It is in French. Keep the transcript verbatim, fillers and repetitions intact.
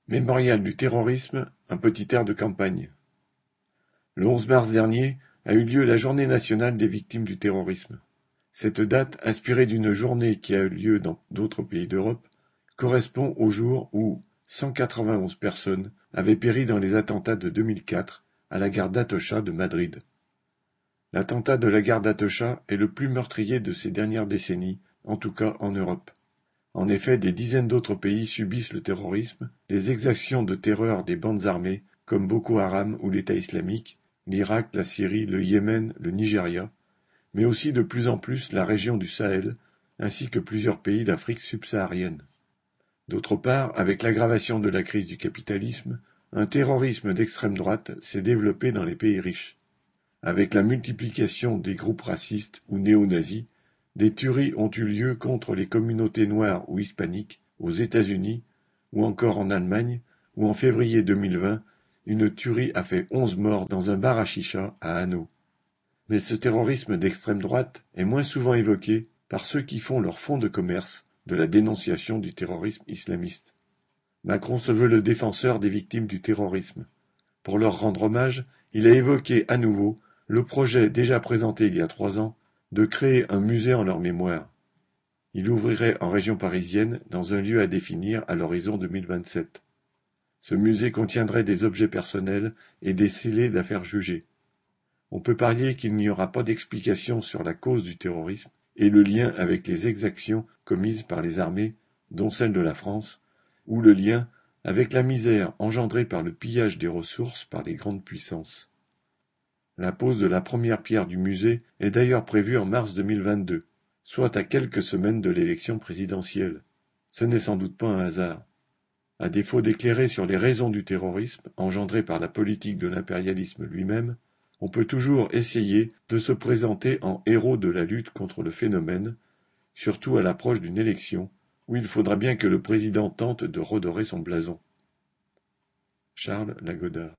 Mémorial du terrorisme, un petit air de campagne. Le onze mars dernier a eu lieu la Journée nationale des victimes du terrorisme. Cette date, inspirée d'une journée qui a eu lieu dans d'autres pays d'Europe, correspond au jour où cent quatre-vingt-onze personnes avaient péri dans les attentats de deux mille quatre à la gare d'Atocha de Madrid. L'attentat de la gare d'Atocha est le plus meurtrier de ces dernières décennies, en tout cas en Europe. En effet, des dizaines d'autres pays subissent le terrorisme, les exactions de terreur des bandes armées comme Boko Haram ou l'État islamique, l'Irak, la Syrie, le Yémen, le Nigeria, mais aussi de plus en plus la région du Sahel, ainsi que plusieurs pays d'Afrique subsaharienne. D'autre part, avec l'aggravation de la crise du capitalisme, un terrorisme d'extrême droite s'est développé dans les pays riches. Avec la multiplication des groupes racistes ou néo-nazis, des tueries ont eu lieu contre les communautés noires ou hispaniques aux États-Unis ou encore en Allemagne, où en février deux mille vingt, une tuerie a fait onze morts dans un bar à chicha à Hanau. Mais ce terrorisme d'extrême droite est moins souvent évoqué par ceux qui font leur fonds de commerce de la dénonciation du terrorisme islamiste. Macron se veut le défenseur des victimes du terrorisme. Pour leur rendre hommage, il a évoqué à nouveau le projet déjà présenté il y a trois ans de créer un musée en leur mémoire. Il ouvrirait en région parisienne dans un lieu à définir à l'horizon deux mille vingt-sept. Ce musée contiendrait des objets personnels et des scellés d'affaires jugées. On peut parier qu'il n'y aura pas d'explication sur la cause du terrorisme et le lien avec les exactions commises par les armées, dont celle de la France, ou le lien avec la misère engendrée par le pillage des ressources par les grandes puissances. La pose de la première pierre du musée est d'ailleurs prévue en mars deux mille vingt-deux, soit à quelques semaines de l'élection présidentielle. Ce n'est sans doute pas un hasard. À défaut d'éclairer sur les raisons du terrorisme engendré par la politique de l'impérialisme lui-même, on peut toujours essayer de se présenter en héros de la lutte contre le phénomène, surtout à l'approche d'une élection, où il faudra bien que le président tente de redorer son blason. Charles Lagoda.